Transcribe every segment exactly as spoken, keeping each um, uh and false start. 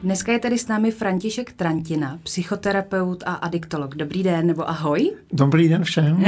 Dneska je tady s námi František Trantina, psychoterapeut a adiktolog. Dobrý den, nebo ahoj. Dobrý den všem.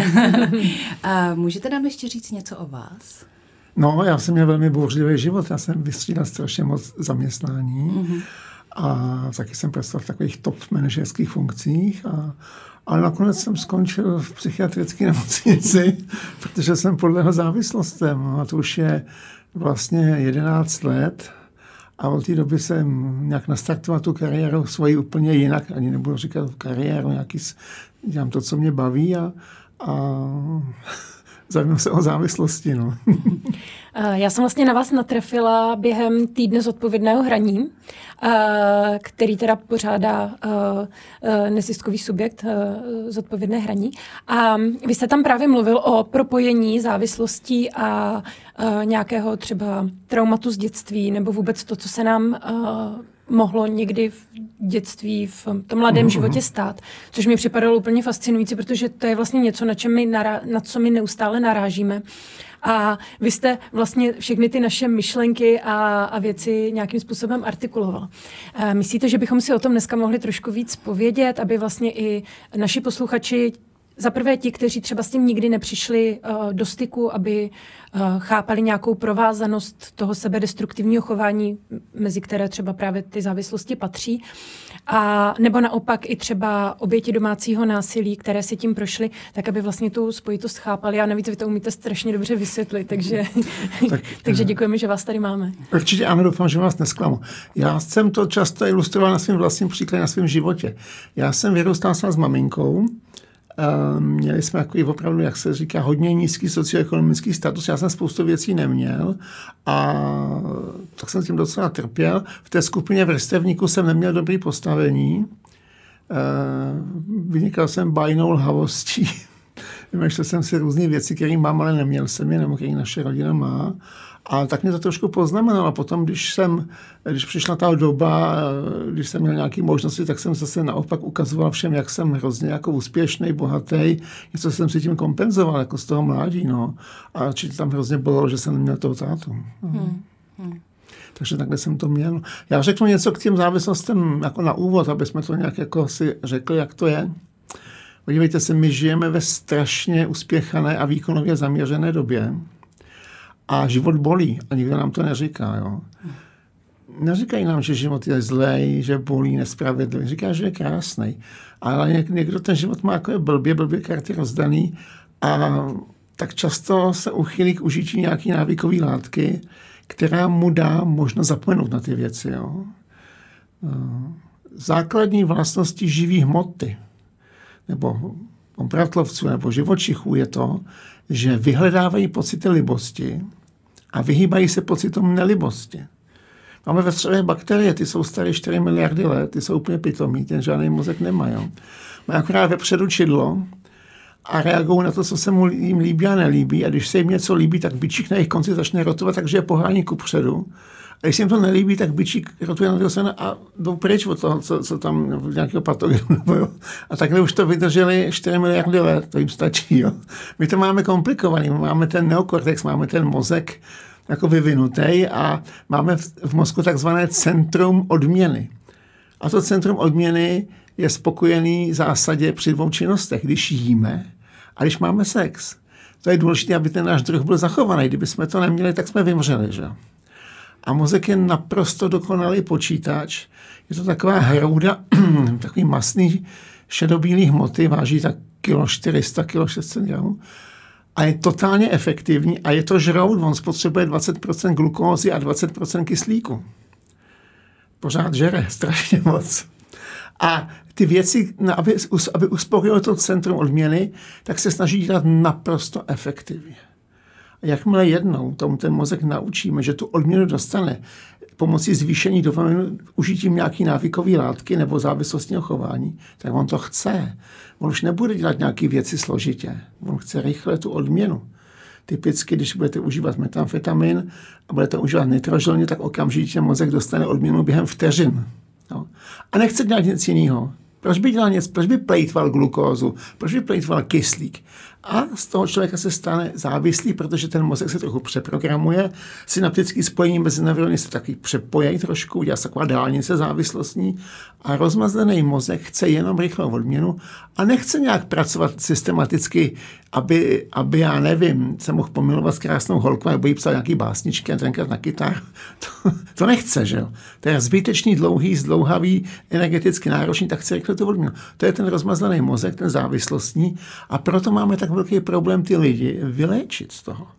A můžete nám ještě říct něco o vás? No, já jsem měl velmi bouřlivý život. Já jsem vystřídal strašně moc zaměstnání. Mm-hmm. A taky jsem pracoval v takových top manažerských funkcích. A, ale nakonec jsem skončil v psychiatrické nemocnici, protože jsem podlehl závislostem. A to už je vlastně jedenáct let. A od té doby jsem nějak nastartoval tu kariéru svoji úplně jinak. Ani nebudu říkat kariéru, nějaký, dělám to, co mě baví a, a zajímám se o závislosti. No. Já jsem vlastně na vás natrefila během týdne zodpovědného hraní, který teda pořádá neziskový subjekt zodpovědné hraní. A vy jste tam právě mluvil o propojení závislostí a nějakého třeba traumatu z dětství, nebo vůbec to, co se nám mohlo někdy v dětství, v tom mladém mm-hmm. životě stát, což mi připadalo úplně fascinující, protože to je vlastně něco, na, čem my nará- na co my neustále narážíme. A vy jste vlastně všechny ty naše myšlenky a, a věci nějakým způsobem artikuloval. E, myslíte, že bychom si o tom dneska mohli trošku víc povědět, aby vlastně i naši posluchači, zaprvé ti, kteří třeba s tím nikdy nepřišli uh, do styku, aby uh, chápali nějakou provázanost toho sebedestruktivního chování, mezi které třeba právě ty závislosti patří, a nebo naopak i třeba oběti domácího násilí, které si tím prošly, tak aby vlastně tu spojitost chápali. A navíc vy to umíte strašně dobře vysvětlit, takže, tak, takže děkujeme, že vás tady máme. Určitě ano, doufám, že vás nesklamu. Já jsem to často ilustroval na svém vlastním příkladě, na svém životě. Já jsem vyrůstal s maminkou. Měli jsme takový opravdu, jak se říká, hodně nízký socioekonomický status. Já jsem spoustu věcí neměl a tak jsem s tím docela trpěl. V té skupině vrstevníků jsem neměl dobrý postavení. Vynikal jsem bajnou lhavostí. Vymýšlel jsem si různé věci, které mám, ale neměl jsem je, nebo které naše rodina má. A tak mě to trošku poznamenalo. Potom, když jsem, když přišla ta doba, když jsem měl nějaké možnosti, tak jsem zase naopak ukazoval všem, jak jsem hrozně jako úspěšný, bohatý. Něco jsem si tím kompenzoval, jako z toho mládí, no. A určitě tam hrozně bolelo, že jsem neměl toho tátu. No. Hmm. Hmm. Takže takhle jsem to měl. Já řeknu něco k těm závislostem jako na úvod, aby jsme to nějak jako si řekli, jak to je. Podívejte se, my žijeme ve strašně uspěchané a výkonově zaměřené době. A život bolí a nikdo nám to neříká. Jo. Neříkají nám, že život je zlej, že bolí, nespravedlivý. Říká, že je krásný. Ale něk- někdo ten život má jako je blbě, blbě karty rozdaný a tak často se uchylí k užití nějaký návykový látky, která mu dá možnost zapomenout na ty věci. Jo. Základní vlastnosti živý hmoty nebo obratlovců nebo živočichů je to, že vyhledávají pocity libosti a vyhýbají se pocitům nelibosti. Máme ve střevech bakterie, ty jsou staré čtyři miliardy let, ty jsou úplně pitomí, ten žádný mozek nemají. Mají akorát vepředu čidlo a reagují na to, co se mu jim líbí a nelíbí. A když se jim něco líbí, tak bičík na jejich konci začne rotovat, takže je pohání kupředu. A když se jim to nelíbí, tak bičík rotuje na druhou stranu a jdou pryč od toho, co, co tam nějakého patogenu. A takhle už to vydrželi čtyři miliardy let, to jim stačí. Jo. My to máme komplikovaný, máme ten neokortex, máme ten mozek jako vyvinutý a máme v, v mozku takzvané centrum odměny. A to centrum odměny je spokojený v zásadě při dvou činnostech, když jíme a když máme sex. To je důležité, aby ten náš druh byl zachovaný. Kdyby jsme to neměli, tak jsme vymřeli, že? A mozek je naprosto dokonalý počítač. Je to taková hrouda, takový masný šedobílý hmoty, váží tak kilo čtyři sta, kilo šest set gramů. A je totálně efektivní a je to žrout, on spotřebuje dvacet procent glukózy a dvacet procent kyslíku. Pořád žere, strašně moc. A ty věci, aby, aby uspokojilo to centrum odměny, tak se snaží dělat naprosto efektivně. A jakmile jednou tomu ten mozek naučíme, že tu odměnu dostane pomocí zvýšení dopaminu užitím nějaký návykový látky nebo závislostního chování, tak on to chce. On už nebude dělat nějaké věci složitě. On chce rychle tu odměnu. Typicky, když budete užívat metamfetamin a budete užívat nitrožilně, tak okamžitě mozek dostane odměnu během vteřin. No. A nechce dělat nic jiného. Proč by dělal něco? Proč by plejtval glukózu? Proč by plejtval kyslík? a z toho člověka se stane závislý, protože ten mozek se trochu přeprogramuje, synaptické spojení mezi neurony se taky přepojí trošku, udělá se taková dálnice závislostní a rozmazlený mozek chce jenom rychlou odměnu a nechce nějak pracovat systematicky, aby, aby já nevím, se mohl pomilovat s krásnou holkou nebo jí psal nějaký básničky a tenkrát na kytaru. To, to nechce, že jo? To je zbytečný, dlouhý, zdlouhavý, energeticky náročný, tak chce rychle to odměnu. To je ten rozmazlený mozek, ten závislostní a proto máme tak velký problém ty lidi vyléčit z toho.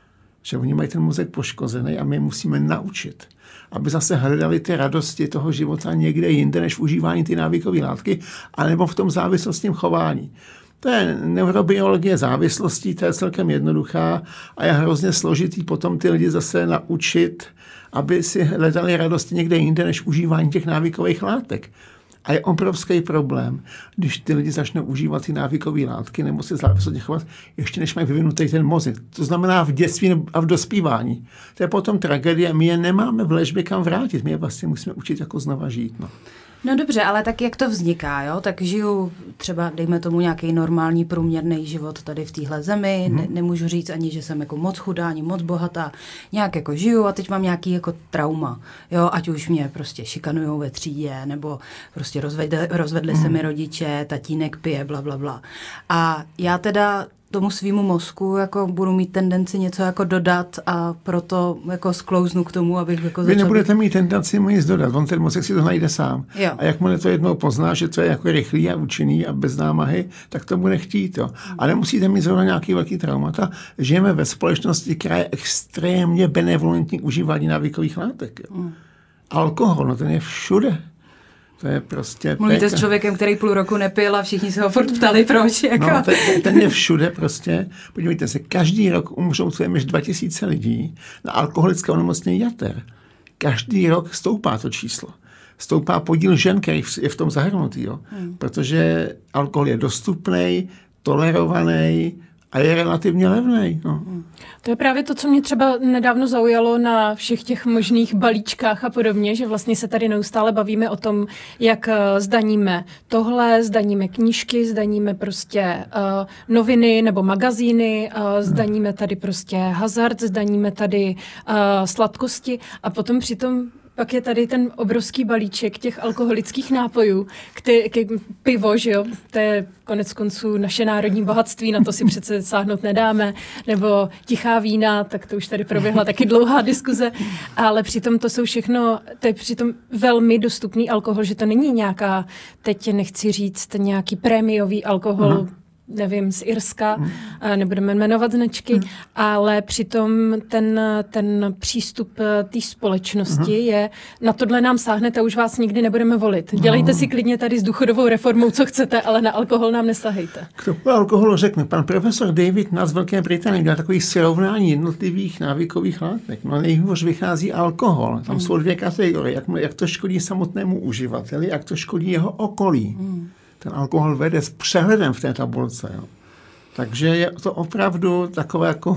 Že oni mají ten mozek poškozený a my je musíme naučit, aby zase hledali ty radosti toho života někde jinde, než v užívání ty návykové látky, anebo v tom závislostním chování. To je neurobiologie závislostí, to je celkem jednoduchá a je hrozně složitý potom ty lidi zase naučit, aby si hledali radosti někde jinde, než užívání těch návykových látek. A je obrovský problém, když ty lidi začnou užívat ty návykové látky nebo se závislostně chovat, ještě než mají vyvinutý ten mozek. To znamená v dětství a v dospívání. To je potom tragédie. My je nemáme v léčbě kam vrátit. My je vlastně musíme učit jako znova žít. No. No dobře, ale tak jak to vzniká, jo? Tak žiju třeba, dejme tomu, nějaký normální průměrný život tady v téhle zemi, hmm. ne, nemůžu říct ani, že jsem jako moc chudá, ani moc bohatá, nějak jako žiju a teď mám nějaký jako trauma, jo? Ať už mě prostě šikanujou ve třídě, nebo prostě rozvedli, rozvedli hmm. se mi rodiče, tatínek pije, bla, bla, bla. A já teda tomu svýmu mozku jako budu mít tendenci něco jako dodat a proto jako sklouznu k tomu, abych jako začal... Vy nebudete mít tendenci mu nic dodat, on ten mozek si to najde sám. Jo. A jakmile to jednou pozná, že to je jako rychlý a účinný a bez námahy, tak to bude chtít. Jo. A nemusíte mít zrovna nějaký velký traumata. Žijeme ve společnosti, která je extrémně benevolentní užívání návykových látek. Jo. Mm. Alkohol, no ten je všude. To je prostě... Mluvíte péka. S člověkem, který půl roku nepil a všichni se ho furt ptali, proč. Jako. No, ten, ten je všude prostě. Podívejte se, každý rok umřou co než dva tisíce lidí na alkoholické onemocnění jater. Každý rok stoupá to číslo. Stoupá podíl žen, který je v tom zahrnutý, jo? Hmm. Protože alkohol je dostupný, tolerovaný a je relativně levnej. No. To je právě to, co mě třeba nedávno zaujalo na všech těch možných balíčkách a podobně, že vlastně se tady neustále bavíme o tom, jak zdaníme tohle, zdaníme knížky, zdaníme prostě uh, noviny nebo magazíny, uh, zdaníme tady prostě hazard, zdaníme tady uh, sladkosti a potom přitom pak je tady ten obrovský balíček těch alkoholických nápojů, který, pivo, že jo, to je konec konců naše národní bohatství, na to si přece sáhnout nedáme, nebo tichá vína, tak to už tady proběhla taky dlouhá diskuze, ale přitom to jsou všechno, to je přitom velmi dostupný alkohol, že to není nějaká, teď nechci říct, nějaký prémiový alkohol, uh-huh. nevím, z Irska, hmm. nebudeme jmenovat značky, hmm. ale přitom ten, ten přístup té společnosti hmm. je, na tohle nám sáhnete a už vás nikdy nebudeme volit. Dělejte no. si klidně tady s důchodovou reformou, co chcete, ale na alkohol nám nesahejte. K tomu alkoholu řekne, pan profesor David Nutt z Velké Británie dělá takový srovnání jednotlivých návykových látek. No nejhůř vychází alkohol. Tam hmm. jsou dvě kategorie, jak, jak to škodí samotnému uživateli, jak to škodí jeho okolí. Hmm. Ten alkohol vede s přehledem v té tabulce. Jo. Takže je to opravdu takové jako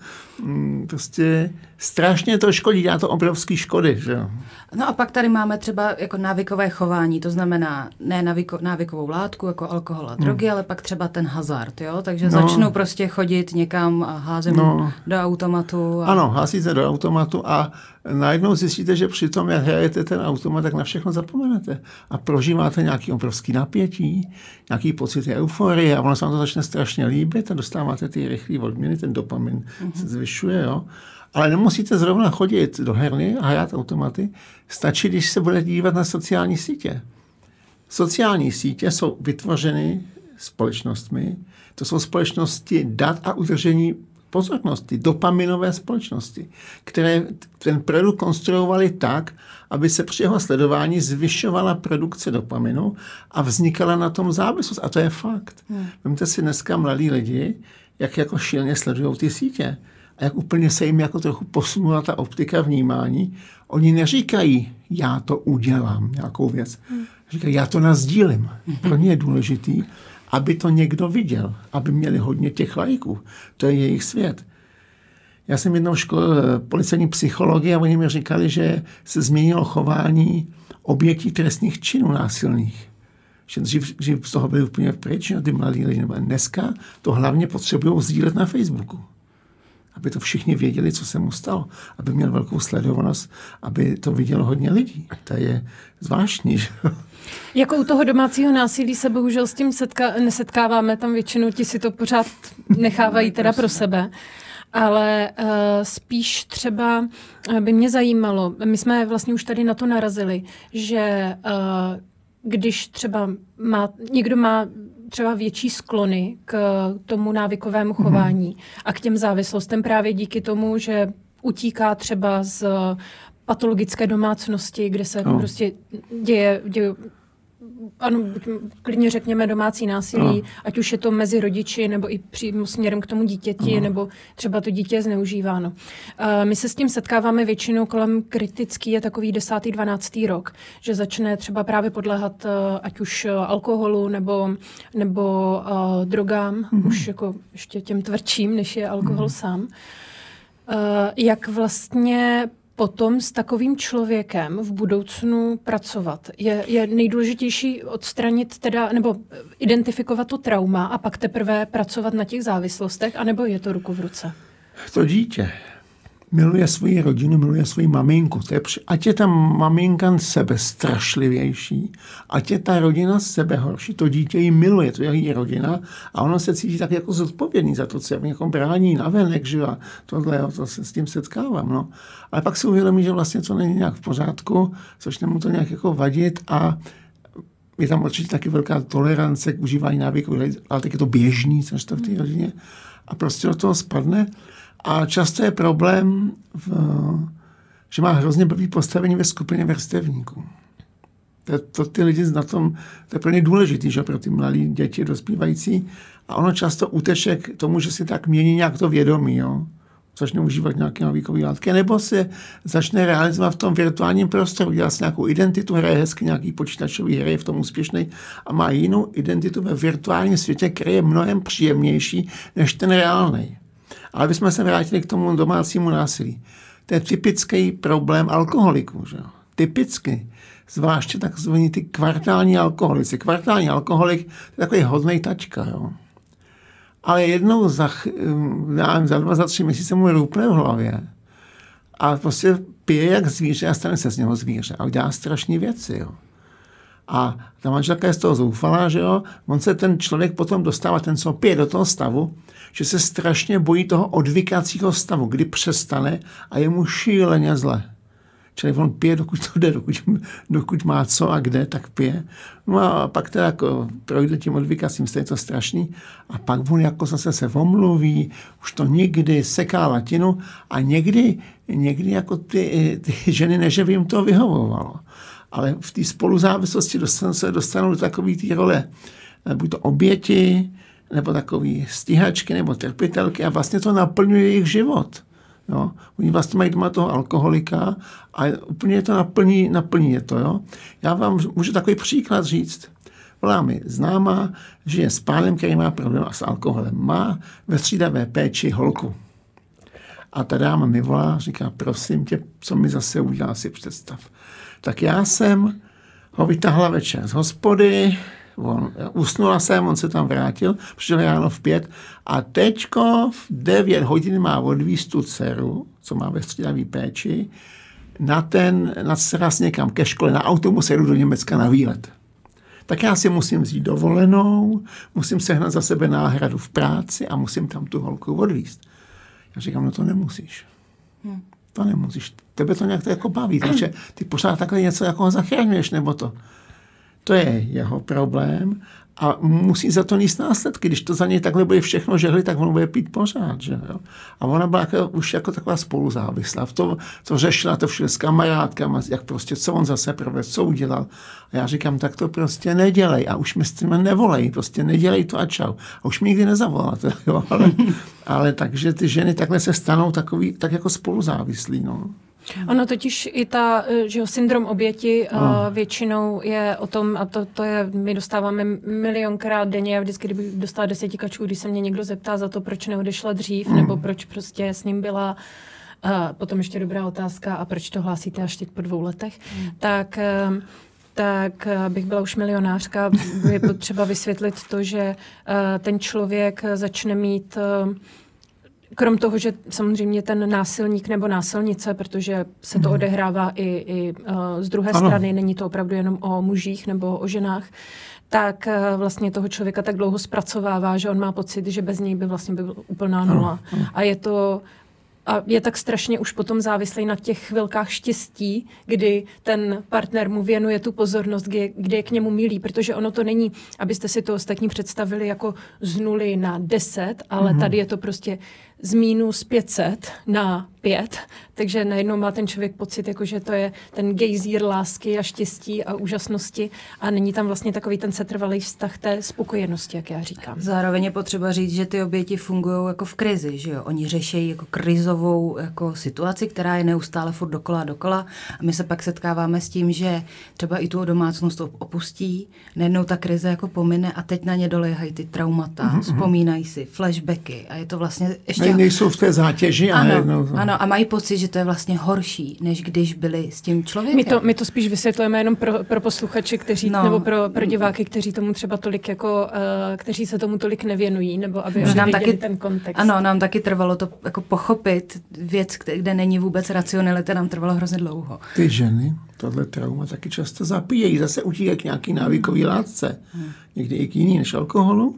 prostě strašně to škodí, dělá to obrovský škody. Že jo. No a pak tady máme třeba jako návykové chování, to znamená ne navyko, návykovou látku, jako alkohol a drogy, hmm. ale pak třeba ten hazard, jo? Takže no. začnou prostě chodit někam a házím no. do automatu. A... Ano, házíte do automatu a najednou zjistíte, že při tom, jak hrajete ten automat, tak na všechno zapomenete. A prožíváte nějaký obrovský napětí, nějaký pocit euforie a ono se vám to začne strašně líbit a dostáváte ty rychlé odměny, ten dopamin mm-hmm. se zvyšuje, jo. Ale nemusíte zrovna chodit do herny a hrát automaty. Stačí, když se budete dívat na sociální sítě. Sociální sítě jsou vytvořeny společnostmi. To jsou společnosti dat a udržení pozornosti, dopaminové společnosti, které ten produkt konstruovali tak, aby se při jeho sledování zvyšovala produkce dopaminu a vznikala na tom závislost. A to je fakt. Hmm. Vemte si dneska mladí lidi, jak jako šíleně sledují ty sítě a jak úplně se jim jako trochu posunula ta optika vnímání. Oni neříkají, já to udělám, nějakou věc. Hmm. Říkají, já to nasdílím. Pro ně je důležitý, aby to někdo viděl, aby měli hodně těch lajků. To je jejich svět. Já jsem jednou školil policejní psychologii a oni mi říkali, že se změnilo chování obětí trestných činů násilných. Že dřív, dřív z toho byli úplně pryč, ty mladí lidi. Dneska to hlavně potřebují sdílet na Facebooku. Aby to všichni věděli, co se mu stalo. Aby měl velkou sledovanost, aby to vidělo hodně lidí. To je zvláštní, že? Jako u toho domácího násilí se bohužel s tím setka, nesetkáváme, tam většinou ti si to pořád nechávají teda pro sebe. Ale uh, spíš třeba by mě zajímalo, my jsme vlastně už tady na to narazili, že uh, když třeba má, někdo má třeba větší sklony k tomu návykovému chování mm. a k těm závislostem právě díky tomu, že utíká třeba z patologické domácnosti, kde se no. prostě děje, děje ano, klidně řekněme domácí násilí, no. ať už je to mezi rodiči, nebo i přímo směrem k tomu dítěti, no. nebo třeba to dítě je zneužíváno. Uh, my se s tím setkáváme většinou kolem kritický, je takový desátý, dvanáctý rok, že začne třeba právě podléhat uh, ať už uh, alkoholu, nebo, nebo uh, drogám, mm-hmm. už jako ještě těm tvrdším, než je alkohol mm-hmm. sám. Uh, jak vlastně potom s takovým člověkem v budoucnu pracovat? Je, je nejdůležitější odstranit teda, nebo identifikovat to trauma a pak teprve pracovat na těch závislostech, anebo je to ruku v ruce? To dítě miluje svoji rodinu, miluje svoji maminku. To je, ať je ta maminka sebe strašlivější, ať je ta rodina sebe horší, to dítě ji miluje, to je její rodina a ono se cítí tak jako zodpovědný za to, co je jako brání navenek, že a tohle, jo, to se s tím setkávám. No. Ale pak si uvědomí, že vlastně to není nějak v pořádku, což mu to nějak jako vadit a je tam určitě taky velká tolerance k užívání návyků, ale tak je to běžný, což to v té rodině a prostě do toho spadne. A často je problém, v, že má hrozně blbý postavení ve skupině vrstevníků. To, to ty lidi na tom, to je pro ně důležitý, že pro ty mladé děti dospívající. A ono často uteče k tomu, že si tak mění nějak to vědomí, jo. Začne užívat nějaké návykové látky, nebo se začne realizovat v tom virtuálním prostoru, dělá si nějakou identitu, hraje hezky nějaký počítačový hry, je v tom úspěšný a má jinou identitu ve virtuálním světě, který je mnohem příjemnější než ten reálný. Ale bychom se vrátili k tomu domácímu násilí. To je typický problém alkoholiků. Že? Typicky. Zvláště takzvaní ty kvartální alkoholici. Kvartální alkoholik je takový hodnej tačka. Jo? Ale jednou za, já, za dva, za tři měsíce mu růpne v hlavě a prostě pije jak zvíře a stane se z něho zvíře. A dělá strašné věci. Jo? A ta manželka je z toho zoufalá, že jo? On se ten člověk potom dostává, ten co pije do toho stavu, že se strašně bojí toho odvykacího stavu, kdy přestane a je mu šíleně zle. Čili on pije, dokud to jde, dokud, dokud má co a kde, tak pije. No a pak teda jako projde tím odvykacím, je to strašný. A pak on jako zase se omluví, už to nikdy seká latinu a někdy, někdy jako ty, ty ženy, ne, že by jim to vyhovovalo. Ale v té spoluzávislosti dostanou, se dostanou do takové té role buď to oběti, nebo takový stíhačky, nebo trpitelky a vlastně to naplňuje jejich život. Jo? Oni vlastně mají doma toho alkoholika a úplně to naplní, naplní je to. Jo? Já vám můžu takový příklad říct. Volá mi známá, že je s pánem, který má problém s alkoholem. Má ve střídavé péči holku. A ta dáma mi volá, říká, prosím tě, co mi zase udělá, si představ. Tak já jsem ho vytáhla večer z hospody, on, usnula jsem, on se tam vrátil, přišel ráno v pět a teďko v devět hodin má odvízt tu dceru, co má ve střídavé péči, na ten, na sraz někam ke škole, na autobus jedu do Německa na výlet. Tak já si musím vzít dovolenou, musím sehnat za sebe náhradu v práci a musím tam tu holku odvízt. Já říkám, no to nemusíš. Hmm. To nemusíš. Tebe to nějak to jako baví, takže ty pořád takhle něco jako ho zachraňuješ, nebo to. To je jeho problém a musí za to níst následky. Když to za něj takhle bude všechno žehli, tak on bude pít pořád. Že jo? A ona byla jako, už jako taková spoluzávislá. V to, to řešila to všude s kamarádkama, jak prostě, co on zase provedl, co udělal. A já říkám, tak to prostě nedělej. A už mi s tím nevolej, prostě nedělej to a čau. A už mi nikdy nezavolá. Jo? Ale, ale takže ty ženy takhle se stanou takový, tak jako spoluzávislí. No. Ono totiž i ta, že jo, syndrom oběti uh, většinou je o tom, a to, to je, my dostáváme milionkrát denně, já vždycky, kdybych dostala deseti kačů, když se mě někdo zeptá za to, proč neodešla dřív, mm. nebo proč prostě s ním byla, uh, potom ještě dobrá otázka, a proč to hlásíte až teď po dvou letech, mm. tak uh, tak bych byla už milionářka. Je potřeba vysvětlit to, že ten člověk začne mít, krom toho, že samozřejmě ten násilník nebo násilnice, protože se to odehrává i, i z druhé ano. strany, není to opravdu jenom o mužích nebo o ženách, tak vlastně toho člověka tak dlouho zpracovává, že on má pocit, že bez něj by vlastně byl úplná nula. A je to A je tak strašně už potom závislý na těch chvilkách štěstí, kdy ten partner mu věnuje tu pozornost, kdy, kdy je k němu milý, protože ono to není, abyste si to ostatní představili jako z nuly na deset, ale mm-hmm. tady je to prostě z mínus pět set na pět, takže najednou má ten člověk pocit, jako že to je ten gejzír lásky a štěstí a úžasnosti a není tam vlastně takový ten setrvalý vztah té spokojenosti, jak já říkám. Zároveň je potřeba říct, že ty oběti fungují jako v krizi, že jo? Oni řeší jako krizovou jako situaci, která je neustále furt dokola a dokola a my se pak setkáváme s tím, že třeba i tu domácnost opustí, najednou ta krize jako pomine a teď na ně doléhají ty traumata, mm-hmm. vzpomínají si flashbacky a je to vlastně ještě... Nejsou v té zátěži a ano, jednou... Ano, a mají pocit, že to je vlastně horší, než když byli s tím člověkem. My to, my to spíš vysvětlujeme jenom pro, pro posluchače, kteří, no. nebo pro, pro diváky, kteří tomu třeba tolik jako, uh, kteří se tomu tolik nevěnují, nebo aby nám viděli taky, ten kontext. Ano, nám taky trvalo to jako pochopit věc, kde není vůbec racionalita, nám trvalo hrozně dlouho. Ty ženy tohle trauma taky často zapíjejí, zase utíkají k nějaký návykový látce, hmm. někdy i k jiný než alkoholu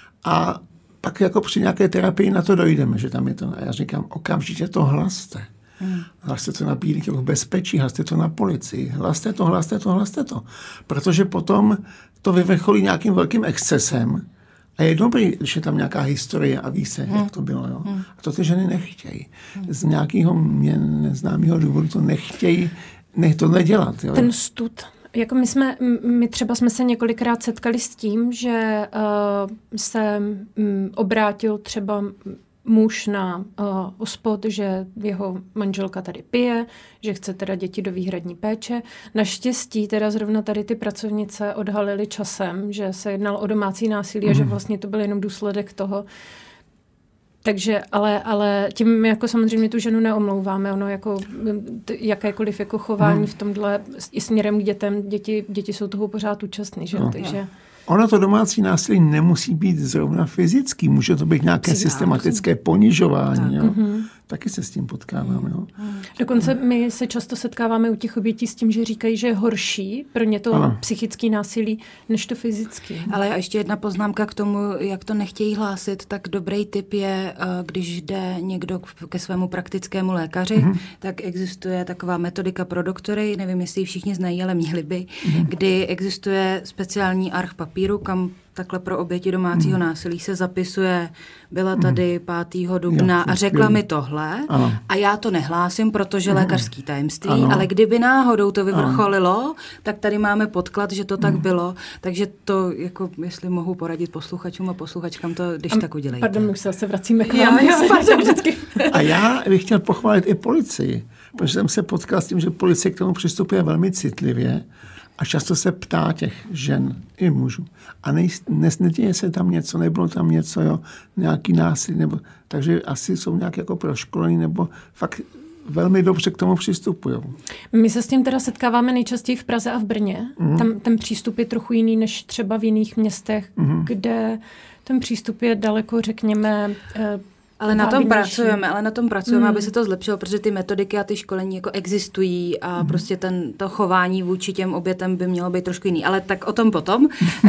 a pak jako při nějaké terapii na to dojdeme, že tam je to. A já říkám, okamžitě to hlaste. Hmm. Hlaste to na bílíky v bezpečí, hlaste to na policii, hlaste to, hlaste to, hlaste to. Protože potom to vyvrcholí nějakým velkým excesem a je dobrý, když je tam nějaká historie a ví se, hmm. jak to bylo. Jo? Hmm. A to ty ženy nechtějí. Hmm. Z nějakého mě neznámého důvodu to nechtějí, nech to nedělat. Jo? Ten stud. Jako my jsme, my třeba jsme se několikrát setkali s tím, že uh, se um, obrátil třeba muž na uh, ospod, že jeho manželka tady pije, že chce teda děti do výhradní péče. Naštěstí teda zrovna tady ty pracovnice odhalily časem, že se jednalo o domácí násilí mm. a že vlastně to byl jenom důsledek toho. Takže, ale, ale tím jako samozřejmě tu ženu neomlouváme, ono jako t- jakékoliv jako chování hmm. v tomhle i směrem k dětem, děti, děti jsou toho pořád účastní, že? No. Takže... Ono to domácí násilí nemusí být zrovna fyzický, může to být nějaké Psychiá, systematické ponižování. Tak. Jo? Mm-hmm. Taky se s tím potkáváme. Jo? Dokonce my se často setkáváme u těch obětí s tím, že říkají, že je horší pro ně to ano. psychické násilí, než to fyzické. Ale a ještě jedna poznámka k tomu, jak to nechtějí hlásit, tak dobrý tip je, když jde někdo ke svému praktickému lékaři, mm-hmm. tak existuje taková metodika pro doktory, nevím, jestli ji všichni znají, ale měli by, mm-hmm. kdy existuje speciální arch papíru, kam takhle pro oběti domácího mm. násilí se zapisuje, byla tady pátého dubna a řekla mi tohle ano. a já to nehlásím, protože mm. lékařský tajemství, ano. ale kdyby náhodou to vyvrcholilo, ano. tak tady máme podklad, že to tak mm. bylo, takže to, jako, jestli mohu poradit posluchačům a posluchačkám, to když a, tak udělejte. Pardon, už se zase vracíme k vám. Jo, jo, pardon, vždycky. A já bych chtěl pochválit i policii, protože jsem se potkal s tím, že policie k tomu přistupuje velmi citlivě a často se ptá těch žen i mužů. A nej, neděje se tam něco, nebylo tam něco, jo, nějaký násilí, nebo, takže asi jsou nějak jako proškolení, nebo fakt velmi dobře k tomu přistupují. My se s tím teda setkáváme nejčastěji v Praze a v Brně. Mm. Tam ten přístup je trochu jiný než třeba v jiných městech, mm. kde ten přístup je daleko, řekněme, Ale na tom pracujeme, ale na tom pracujeme, mm. aby se to zlepšilo, protože ty metodiky a ty školení jako existují a mm. prostě ten, to chování vůči těm obětem by mělo být trošku jiný. Ale tak o tom potom.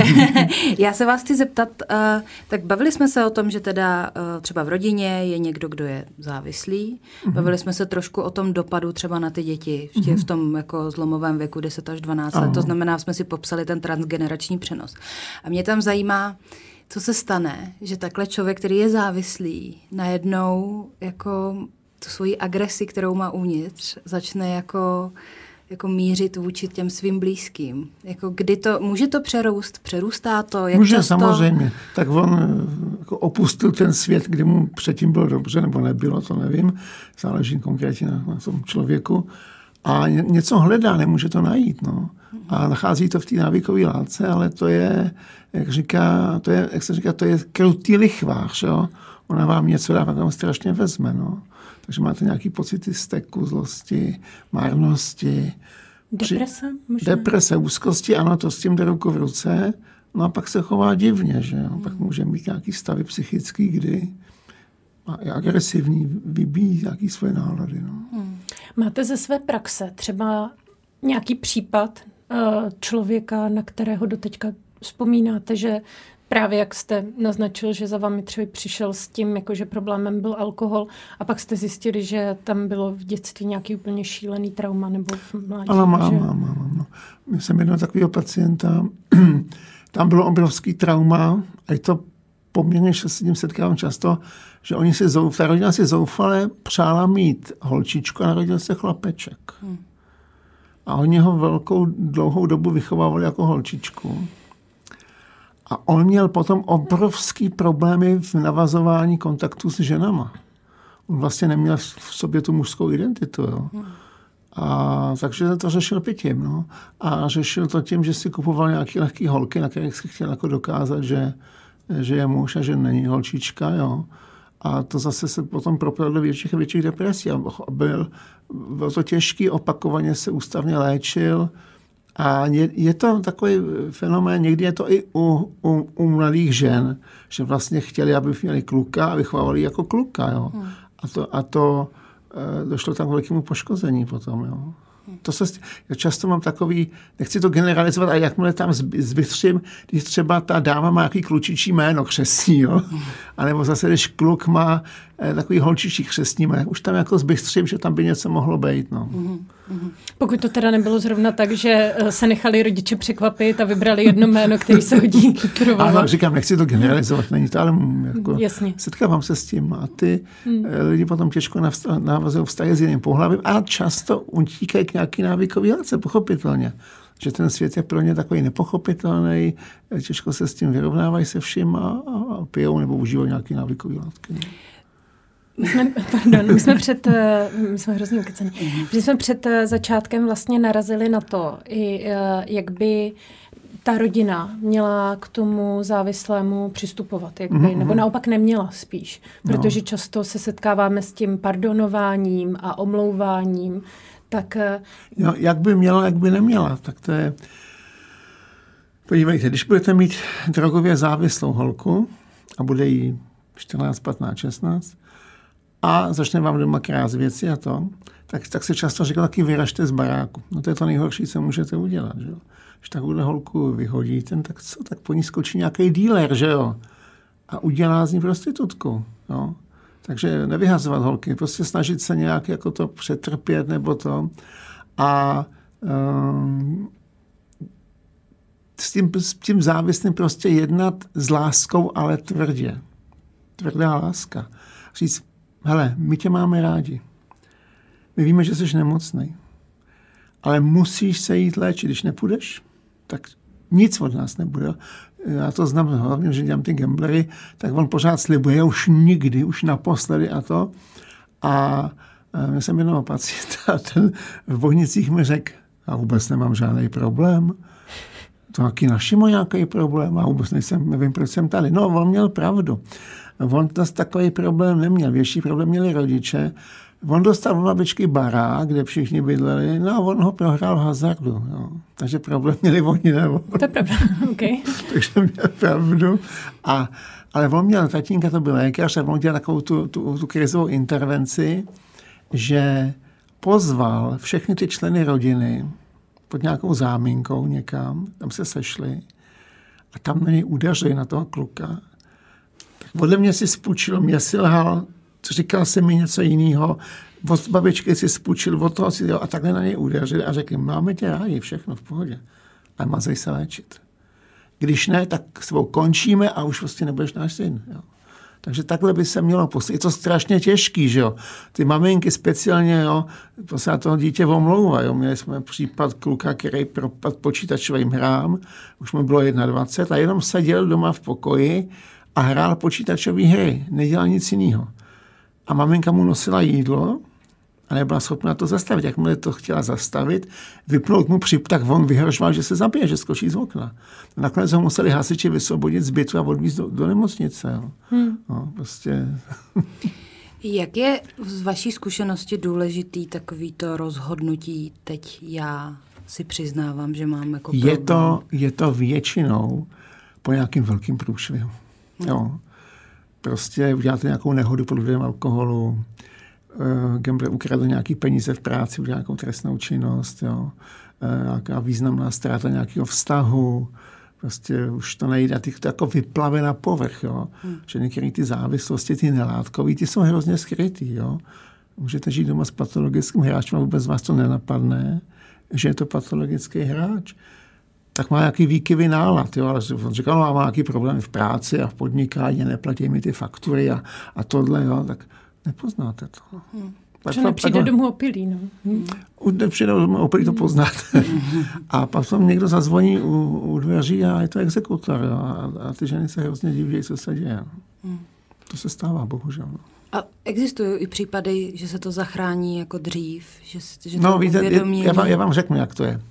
Já se vás chci zeptat, uh, tak bavili jsme se o tom, že teda uh, třeba v rodině je někdo, kdo je závislý. Mm. Bavili jsme se trošku o tom dopadu třeba na ty děti v, tě, v tom jako zlomovém věku deset až dvanáct let. To znamená, jsme si popsali ten transgenerační přenos. A mě tam zajímá, co se stane, že takhle člověk, který je závislý, najednou jako tu svoji agresi, kterou má uvnitř, začne jako, jako mířit vůči těm svým blízkým. Jako kdy to, může to přerůst? Přerůstá to? Jak může, často? Samozřejmě. Tak on jako opustil ten svět, kde mu předtím bylo dobře, nebo nebylo, to nevím. Záleží konkrétně na, na tom člověku. A něco hledá, nemůže to najít, no. A nachází to v té návykové látce, ale to je, jak říká, to je, jak se říká, to je krutý lichvář, jo. Ona vám něco dá, pak vám strašně vezme, no. Takže máte nějaký pocity steku, zlosti, marnosti, Deprese? Možná? Deprese, úzkosti, ano, to s tím jde ruku v ruce. No a pak se chová divně, že jo. Pak může mít nějaký stavy psychický, kdy je agresivní, vybíjí nějaký své nálady. No. Hmm. Máte ze své praxe třeba nějaký případ uh, člověka, na kterého doteďka vzpomínáte, že právě jak jste naznačil, že za vámi třeba přišel s tím, jako že problémem byl alkohol a pak jste zjistili, že tam bylo v dětství nějaký úplně šílený trauma nebo v mládí? Ano, mám, mám, mám. mám. Já jsem jednoho takového pacienta, tam bylo obrovský trauma a je to poměrně s tím setkávám často, že oni si zouf, ta rodina si zoufale přála mít holčičku a narodil se chlapeček. Hmm. A oni ho velkou dlouhou dobu vychovávali jako holčičku. A on měl potom obrovský problémy v navazování kontaktu s ženama. On vlastně neměl v sobě tu mužskou identitu. Jo. Hmm. A takže to řešil pitím. No. A řešil to tím, že si kupoval nějaké lehké holky, na kterých si chtěl jako dokázat, že, že je muž a že není holčička. Jo. A to zase se potom propadlo do větších a větších depresí. A byl, byl to těžký, opakovaně se ústavně léčil. A je, je to takový fenomén, někdy je to i u, u, u mladých žen, že vlastně chtěli, aby měli kluka a vychovávali jako kluka. Jo. Hmm. A to, a to e, došlo tam k velkému poškození potom. Jo. To se, já často mám takový, nechci to generalizovat, a jakmile tam zbytřím, když třeba ta dáma má nějaký klučičí jméno křestní, jo? Anebo zase, když kluk má eh, takový holčičí křestní jméno, už tam jako zbytřím, že tam by něco mohlo být. No. Pokud to teda nebylo zrovna tak, že se nechali rodiče překvapit a vybrali jedno jméno, který se hodí pro vás. Ano, říkám, nechci to generalizovat, není to, ale jako jasně. Setkávám se s tím a ty hmm. lidi potom těžko navazují vztahy s jiným pohlavím a často utíkají k nějaký návykový látce, pochopitelně. Že ten svět je pro ně takový nepochopitelný, těžko se s tím vyrovnávají se vším a, a pijou nebo užívají nějaký návykový látky. My jsme, pardon, my jsme před, my jsme hrozně ukecení, protože jsme před začátkem vlastně narazili na to, i, jak by ta rodina měla k tomu závislému přistupovat, jak by, mm-hmm. nebo naopak neměla spíš, protože no. často se setkáváme s tím pardonováním a omlouváním, tak... No, jak by měla, jak by neměla, tak to je... Podívejte, když budete mít drogově závislou holku a bude jí čtrnáct, patnáct, šestnáct a začne vám doma krást věci a to, tak, tak se často říká, taky vyražte z baráku. No to je to nejhorší, co můžete udělat, že jo. Když takovou holku vyhodíte, tak co, tak po ní skočí nějaký díler, že jo. A udělá z ní prostitutku, jo. Takže nevyhazovat holky, prostě snažit se nějak jako to přetrpět nebo to. A um, s, tím, s tím závislým prostě jednat s láskou, ale tvrdě. Tvrdá láska. Říct, hele, my tě máme rádi. My víme, že jsi nemocnej. Ale musíš se jít léčit. Když nepůjdeš, tak nic od nás nebude. Já to znám hlavně, že dělám ty gamblery, tak on pořád slibuje, už nikdy, už naposledy a to. A já jsem jednoho pacienta a ten v Bohnicích mi řekl, já vůbec nemám žádný problém. To taky naši má nějaký problém a vůbec nejsem, nevím, proč jsem tady. No, on měl pravdu. On to takový problém neměl. Větší problém měli rodiče. On dostal od babičky barák, kde všichni bydleli, no a on ho prohrál v hazardu. Jo. Takže problém měli oni, nebo? To je pravda, OK. Takže měl pravdu. A, ale on měl, tatínka to byl lékař, a on dělal takovou tu, tu, tu krizovou intervenci, že pozval všechny ty členy rodiny pod nějakou záminkou někam, tam se sešli a tam na něj udeřili, na toho kluka. Tak podle mě si spůjčil, mě si lhal, říkal se mi něco jiného, od babičky si spůjčil, od toho si dělal a takhle na něj udeřili a řekli, máme tě rádi, všechno v pohodě. A mazej se léčit. Když ne, tak svou končíme a už vlastně nebudeš náš syn. Jo. Takže takhle by se mělo poslat. Je to strašně těžký, že jo. Ty maminky speciálně, jo, to se na toho dítě omlouvá, jo. Měli jsme případ kluka, který propad počítačovým hrám, už mu bylo dvacet jedna a jenom seděl doma v pokoji a hrál počítačové hry. Nedělal nic jiného. A maminka mu nosila jídlo a nebyla schopna to zastavit. Jakmile to chtěla zastavit, vypnout mu přip, tak on vyhrožoval, že se zabije, že skočí z okna. A nakonec ho museli hasiči vysvobodit z bytu a odvízt do, do nemocnice. Jo. Hmm. No, prostě... Jak je z vaší zkušenosti důležitý takovýto rozhodnutí, teď já si přiznávám, že mám jako problém. Je to, je to většinou po nějakým velkým průšvihu. Hmm. Jo. Prostě uděláte nějakou nehodu pod vlivem alkoholu, uh, gambler ukradl nějaký peníze v práci, udělal nějakou trestnou činnost, jo. Uh, nějaká významná ztráta nějakého vztahu, prostě už to nejde, ty to jako vyplave na povrch, jo. Hmm. Že některé ty závislosti, ty nelátkový, ty jsou hrozně skrytý, jo. Můžete žít doma s patologickým hráčem a vůbec vás to nenapadne, že je to patologický hráč. Tak má nějaký výkyvy nálad, jo, ale on říkal, no, má nějaký problémy v práci a v podnikání, neplatí mi ty faktury a, a tohle, jo, tak nepoznáte to. Hmm. Že nepřijde takhle, domů opilý, no. Hmm. Nepřijde domů opilý, to poznáte. A pak tam někdo zazvoní u, u dveří a je to exekutor, jo, a, a ty ženy se hrozně diví, co se děje. Hmm. To se stává, bohužel. No. A existují i případy, že se to zachrání jako dřív? Že, že no to víte, uvědomění... já vám, já vám řeknu, jak to je.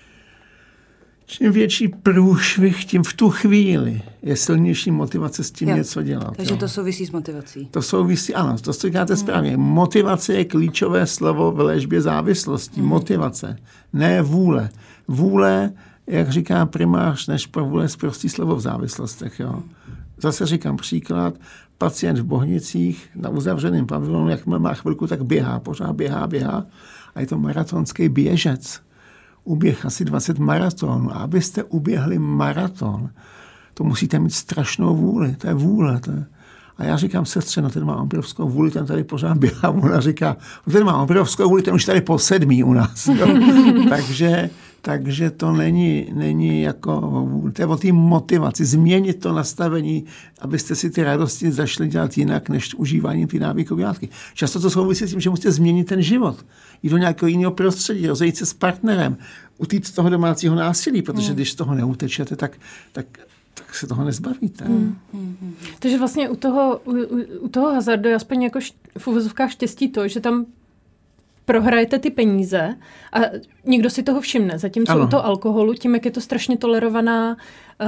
Čím větší průšvih, tím v tu chvíli je silnější motivace s tím jo. něco dělat. Takže jo. to souvisí s motivací. To souvisí, ano, to si říkáte hmm. správně. Motivace je klíčové slovo v léčbě závislosti. Hmm. Motivace, ne vůle. Vůle, jak říká primář, než pro vůle je prostý slovo v závislostech. Jo. Zase říkám příklad, pacient v Bohnicích na uzavřeném pavilonu, jakmile má chvilku, tak běhá, pořád běhá, běhá a je to maratonský běžec. Uběh asi dvacet maratonů. A abyste uběhli maraton, to musíte mít strašnou vůli. To je vůle. To je... A já říkám sestře, no ten má obrovskou vůli, ten tady pořád běhá. Ona říká, no ten má obrovskou vůli, ten už tady po sedmý u nás. takže, takže to není, není jako, to je o té motivaci. Změnit to nastavení, abyste si ty radosti zašli dělat jinak, než užíváním ty návykové látky. Často to souvisí s tím, že musíte změnit ten život. Jít do nějakého jiného prostředí, rozejít se s partnerem, utít z toho domácího násilí, protože když z toho neutečete, tak, tak, tak se toho nezbavíte. Hmm. Hmm. Takže vlastně u toho, u, u toho hazardu je aspoň jako v uvozovkách štěstí to, že tam prohrajete ty peníze a nikdo si toho všimne. Zatímco ano. u toho alkoholu, tím, jak je to strašně tolerovaná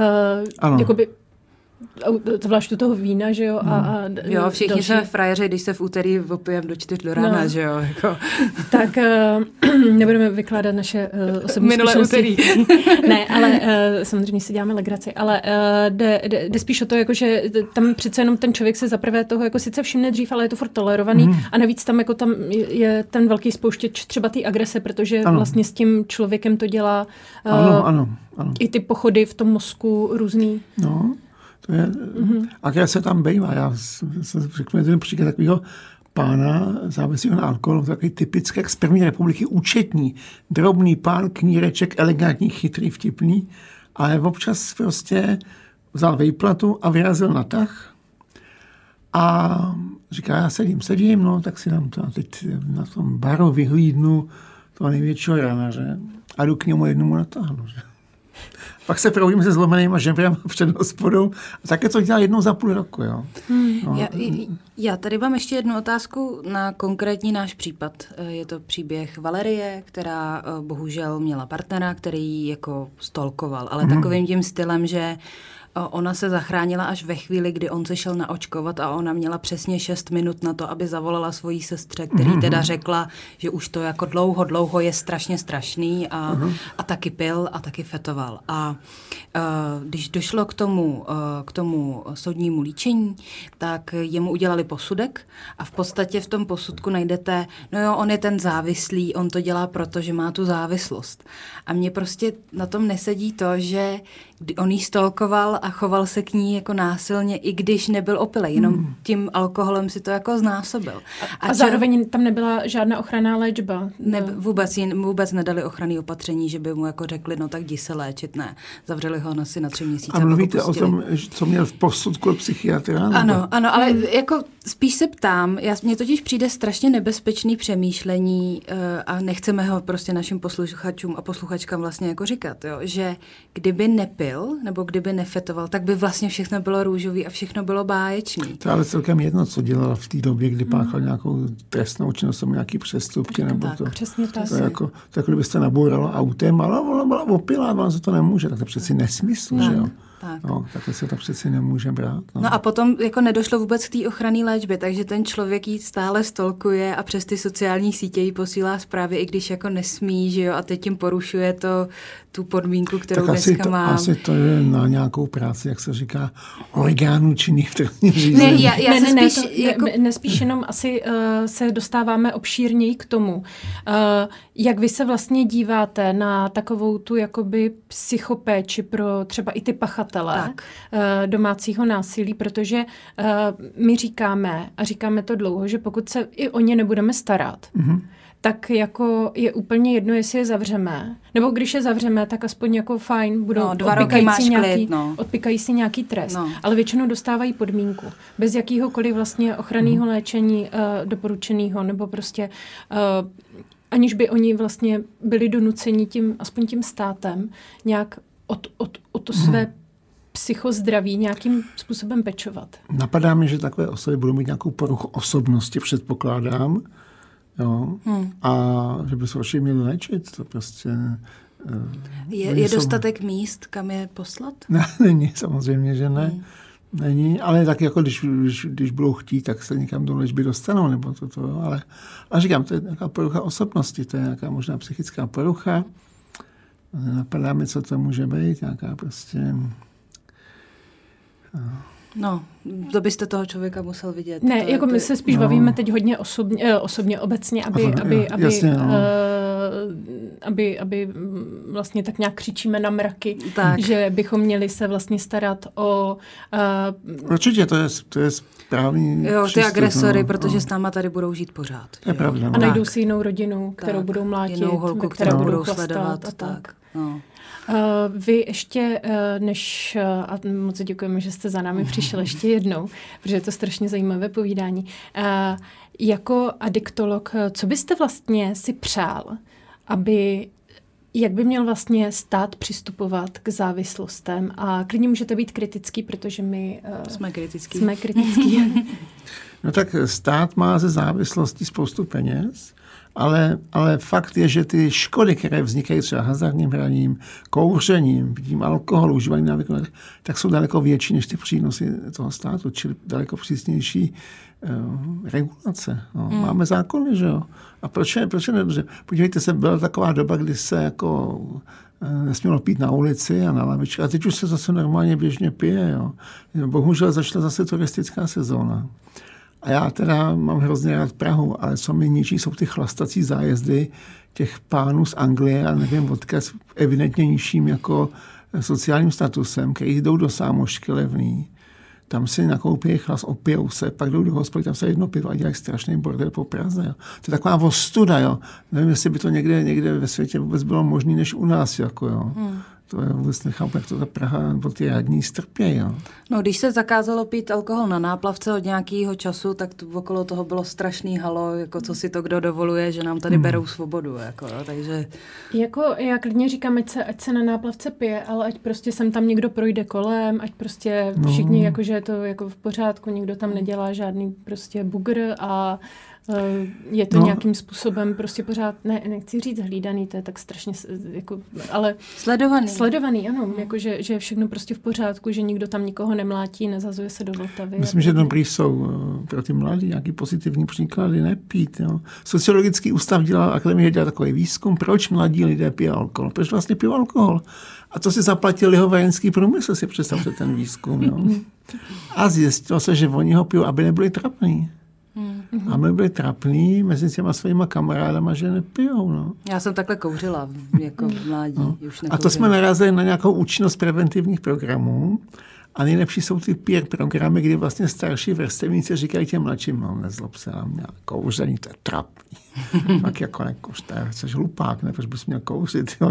uh, jakoby zvlášť u toho vína, že jo? A, a jo, všichni další... jsme frajeři, když se v úterý opijem do čtyř do rána, no. že jo? Jako. Tak uh, nebudeme vykládat naše uh, osobní minulé úterý. Ne, ale uh, samozřejmě si děláme legraci, ale uh, jde, jde, jde spíš o to, jako, že tam přece jenom ten člověk se zaprvé toho jako sice všimne dřív, ale je to furt tolerovaný mm. a navíc tam jako tam je ten velký spouštěč třeba té agrese, protože ano. vlastně s tím člověkem to dělá uh, ano, ano, ano. i ty pochody v tom mozku různý. No. To je, mm-hmm. A když se tam bejvá, já se řeknu jeden příklad takového pána závislého na alkoholu, takový typický, jak z první republiky, účetní, drobný pán, kníreček, elegantní, chytrý, vtipný, ale občas prostě vzal vejplatu a vyrazil na tah a říká, já sedím, sedím, no, tak si dám to a teď na tom baru vyhlídnu toho největšího ranaře a jdu k němu jednomu natáhnu, že? Pak se proudím se zlomenýma žebrama před hospodou a také to dělá jednou za půl roku. Jo. Hmm. No. Já, já tady mám ještě jednu otázku na konkrétní náš případ. Je to příběh Valerie, která bohužel měla partnera, který ji jako stalkoval, ale hmm. takovým tím stylem, že ona se zachránila až ve chvíli, kdy on se šel naočkovat a ona měla přesně šest minut na to, aby zavolala svojí sestře, který mm-hmm. teda řekla, že už to jako dlouho, dlouho je strašně strašný a, mm-hmm. a taky pil a taky fetoval. A uh, když došlo k tomu, uh, k tomu soudnímu líčení, tak jemu udělali posudek a v podstatě v tom posudku najdete, no jo, on je ten závislý, on to dělá proto, že má tu závislost. A mně prostě na tom nesedí to, že on jí stalkoval a choval se k ní jako násilně, i když nebyl opilej, jenom hmm. tím alkoholem si to jako znásobil. A, a, a zároveň čer... tam nebyla žádná ochranná léčba? Ne, vůbec, vůbec nedali ochranný opatření, že by mu jako řekli, no tak jdi se léčit, ne. Zavřeli ho asi na tři měsíce. A mluvíte o tom, co měl v posudku psychiatra? Ano, nebo? ano, ale hmm. jako spíš se ptám, já, mně totiž přijde strašně nebezpečný přemýšlení uh, a nechceme ho prostě našim posluchačům a posluchačkám vlastně jako říkat, jo, že kdyby nepil, nebo kdyby nefetoval, tak by vlastně všechno bylo růžový a všechno bylo báječný. To je ale celkem jedno, co dělala v té době, kdy páchal mm. nějakou trestnou činnost, nějaký přestupky, nebo tak, to. Přesně tak. To je jako, tak kdybyste nabourala autem, ale ona byla opilá, ona za to nemůže, tak to přeci nesmysl, tak. že jo? Tak. No, takhle se to přeci nemůže brát. No. no a potom jako nedošlo vůbec k té ochranné léčbě, takže ten člověk ji stále stalkuje a přes ty sociální sítě jí posílá zprávy, i když jako nesmí, že jo, a teď tím porušuje to, tu podmínku, kterou tak dneska asi to, mám. asi to je na nějakou práci, jak se říká, orgánů činných v trestním řízení. Ne, já, já ne, ne, ne, spíš, to, jako... ne, ne, spíš jenom asi uh, se dostáváme obšírněji k tomu. Uh, jak vy se vlastně díváte na takovou tu jakoby psychopéči pro třeba i ty pachatele uh, domácího násilí, protože uh, my říkáme, a říkáme to dlouho, že pokud se i o ně nebudeme starat, mm-hmm. tak jako je úplně jedno, jestli je zavřeme. Nebo když je zavřeme, tak aspoň jako fajn, budou no, dva roky máš si nějaký, klid, no. odpikají si nějaký trest. No. Ale většinou dostávají podmínku. Bez jakýhokoliv vlastně ochranného mm. léčení uh, doporučeného, nebo prostě uh, aniž by oni vlastně byli donuceni tím, aspoň tím státem, nějak od, od, od to své mm. psychozdraví nějakým způsobem pečovat. Napadá mi, že takové osoby budou mít nějakou poruchu osobnosti, předpokládám, jo, hmm. a že by se určitě měli léčit, to prostě... Je, je dostatek jsou... míst, kam je poslat? Ne, není, samozřejmě, že ne. Hmm. Není, ale tak jako když, když, když budou chtít, tak se někam do léčby dostanou, nebo to, to ale, ale říkám, to je nějaká porucha osobnosti, to je nějaká možná psychická porucha. Napadá mi, co to může být, nějaká prostě... No, to byste toho člověka musel vidět. Ne, to, jako to, my se spíš no. bavíme teď hodně osobně, osobně obecně, aby, Aha, aby, aby, jasně, no. uh, aby, aby vlastně tak nějak křičíme na mraky, tak. že bychom měli se vlastně starat o... Uh, Určitě, to je, to je správný Jo, ty přístup, agresory, no, protože no. s náma tady budou žít pořád. To je pravda. A No. najdou tak. si jinou rodinu, kterou tak. budou mlátit, jinou holku, kterou kterou budou, budou chlastat sledovat. a tak. tak. No. Uh, vy ještě, uh, než, uh, a moc děkujeme, že jste za námi přišel ještě jednou, protože je to strašně zajímavé povídání. Uh, jako adiktolog, co byste vlastně si přál, aby, jak by měl vlastně stát přistupovat k závislostem? A klidně můžete být kritický, protože my uh, jsme kritický. Jsme kritický. No tak stát má ze závislostí spoustu peněz, Ale, ale fakt je, že ty škody, které vznikají třeba hazardním hraním, kouřením, tím alkoholu, užívaním návyků, tak jsou daleko větší než ty přínosy toho státu, čili daleko přísnější uh, regulace. No. Mm. Máme zákony, že jo? A proč je, proč je nedobře? Podívejte se, byla taková doba, kdy se jako uh, nesmělo pít na ulici a na lavičkách. A teď už se zase normálně běžně pije. Jo? Bohužel začala zase turistická sezóna. A já teda mám hrozně rád Prahu, ale co mi ničí, jsou ty chlastací zájezdy těch pánů z Anglie a nevím odkud s evidentně nižším jako sociálním statusem, který jdou do sámošky levný. Tam si nakoupí chlas, opijou se, pak jdou do hospody, tam se jedno pivo a dělají strašný bordel po Praze. Jo. To je taková ostuda, jo. Nevím, jestli by to někde, někde ve světě vůbec bylo možné než u nás, jako jo. Hmm. To je vůbec nechápu, jak to ta Praha nebo ty radní strpějí. Jo. No, když se zakázalo pít alkohol na náplavce od nějakého času, tak to, okolo toho bylo strašný halo, jako co si to kdo dovoluje, že nám tady hmm. berou svobodu. Jako, jo, takže... Jako já klidně říkám, ať se, ať se na náplavce pije, ale ať prostě sem tam někdo projde kolem, ať prostě všichni, no. jakože je to jako v pořádku, nikdo tam nedělá žádný prostě bugr a je to no. nějakým způsobem prostě pořád, ne, nechci říct hlídaný, to je tak strašně, jako, ale... Sledovaný. Sledovaný, ano, jako, že, že je všechno prostě v pořádku, že nikdo tam nikoho nemlátí, nezazuje se do Vltavy. Myslím, že dobrý jsou pro ty mladí nějaký pozitivní příklady, nepít. Jo. Sociologický ústav dělal, akademie dělal takový výzkum, proč mladí lidé pijí alkohol, proč vlastně pijí alkohol. A to si zaplatil jeho vojenský průmysl, si představte ten výzkum. Jo. A zjistilo se, že oni ho pijou, aby nebyli trapní. Hmm. A my byli trapní mezi těma svýma kamarádama, že nepijou. No. Já jsem takhle kouřila jako v mládí. No. Už a to jsme narazili na nějakou účinnost preventivních programů. A nejlepší jsou ty peer programy, kdy vlastně starší vrstevníci říkají těm mladším, no nezlob se na mě, kouření, to je trapný. Tak jako nekouř, to je hlupák, ne, proč bys měl kouřit. Jo?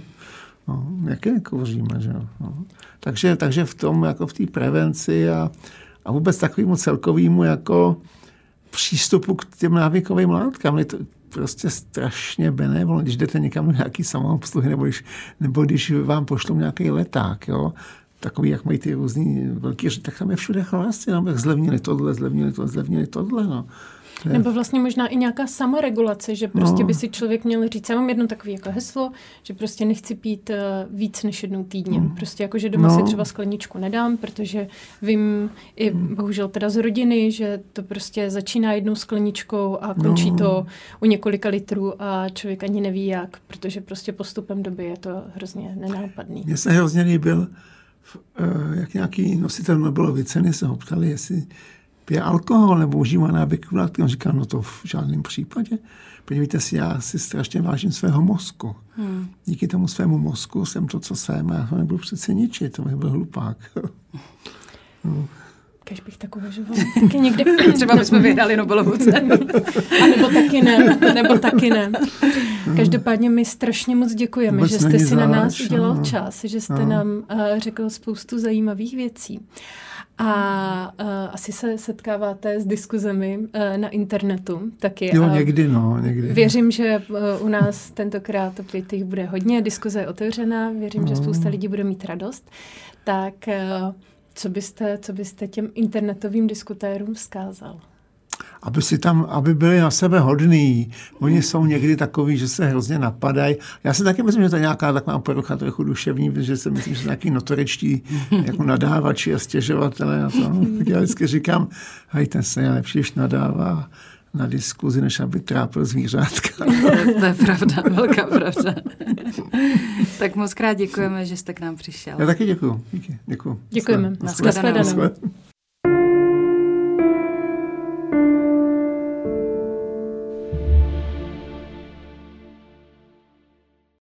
No, jaké nekouříme, že jo. No. Takže, takže v tom, jako v té prevenci a, a vůbec takovému celkovému jako přístupu k těm návykovým látkám. Je to prostě strašně benévolné, když jdete někam do nějaký samoobsluhy, nebo když, nebo když vám pošlou nějaký leták, jo, takový, jak mají ty různý velký, tak tam je všude chlasty, no, jak zlevnili tohle, zlevnili tohle, zlevnili tohle, no. Nebo vlastně možná i nějaká samoregulace, že prostě no. by si člověk měl říct, já mám jedno takové jako heslo, že prostě nechci pít uh, víc než jednou týdně. Mm. Prostě jako, že doma no. si třeba skleničku nedám, protože vím i bohužel teda z rodiny, že to prostě začíná jednou skleničkou a končí no. to u několika litrů a člověk ani neví jak, protože prostě postupem doby je to hrozně nenápadný. Mně se hrozně líbil, jak nějaký nositel Nobelovy ceny se ho ptali, jestli pije alkohol nebo užívá návykovou látky. On říká, no to v žádném případě. Podívejte si, já si strašně vážím svého mozku. Hmm. Díky tomu svému mozku jsem to, co jsem, a já ho nebudu přece ničit, to bych byl hlupák. no. Kež bych tak uvažovala. Taky někdy... Třeba bychom vyhrali Nobelovu cenu. A nebo taky ne. Nebo taky ne. Každopádně my strašně moc děkujeme, Vůbec že jste si zálež, na nás no. udělal čas, že jste no. nám uh, řekl spoustu zajímavých věcí. A uh, asi se setkáváte s diskuzemi uh, na internetu taky. Jo, někdy, no, někdy. Věřím, že uh, u nás tentokrát opět jich bude hodně, diskuze je otevřená, věřím, no. že spousta lidí bude mít radost. Tak uh, co byste, co byste těm internetovým diskutérům vzkázal? Aby si tam, aby byli na sebe hodný. Oni jsou někdy takový, že se hrozně napadají. Já si taky myslím, že to je nějaká taková porucha trochu duševní, protože si myslím, že jsou nějaký notoričtí jako nadávači a stěžovatelé a to. Já vždycky říkám, hej, ten se je lepší, když nadává na diskuzi, než aby trápil zvířátka. To je pravda, velká pravda. Tak moc krát děkujeme, že jste k nám přišel. Já taky děkuju. Díky, děkuju. Děkujeme. Nashledanou.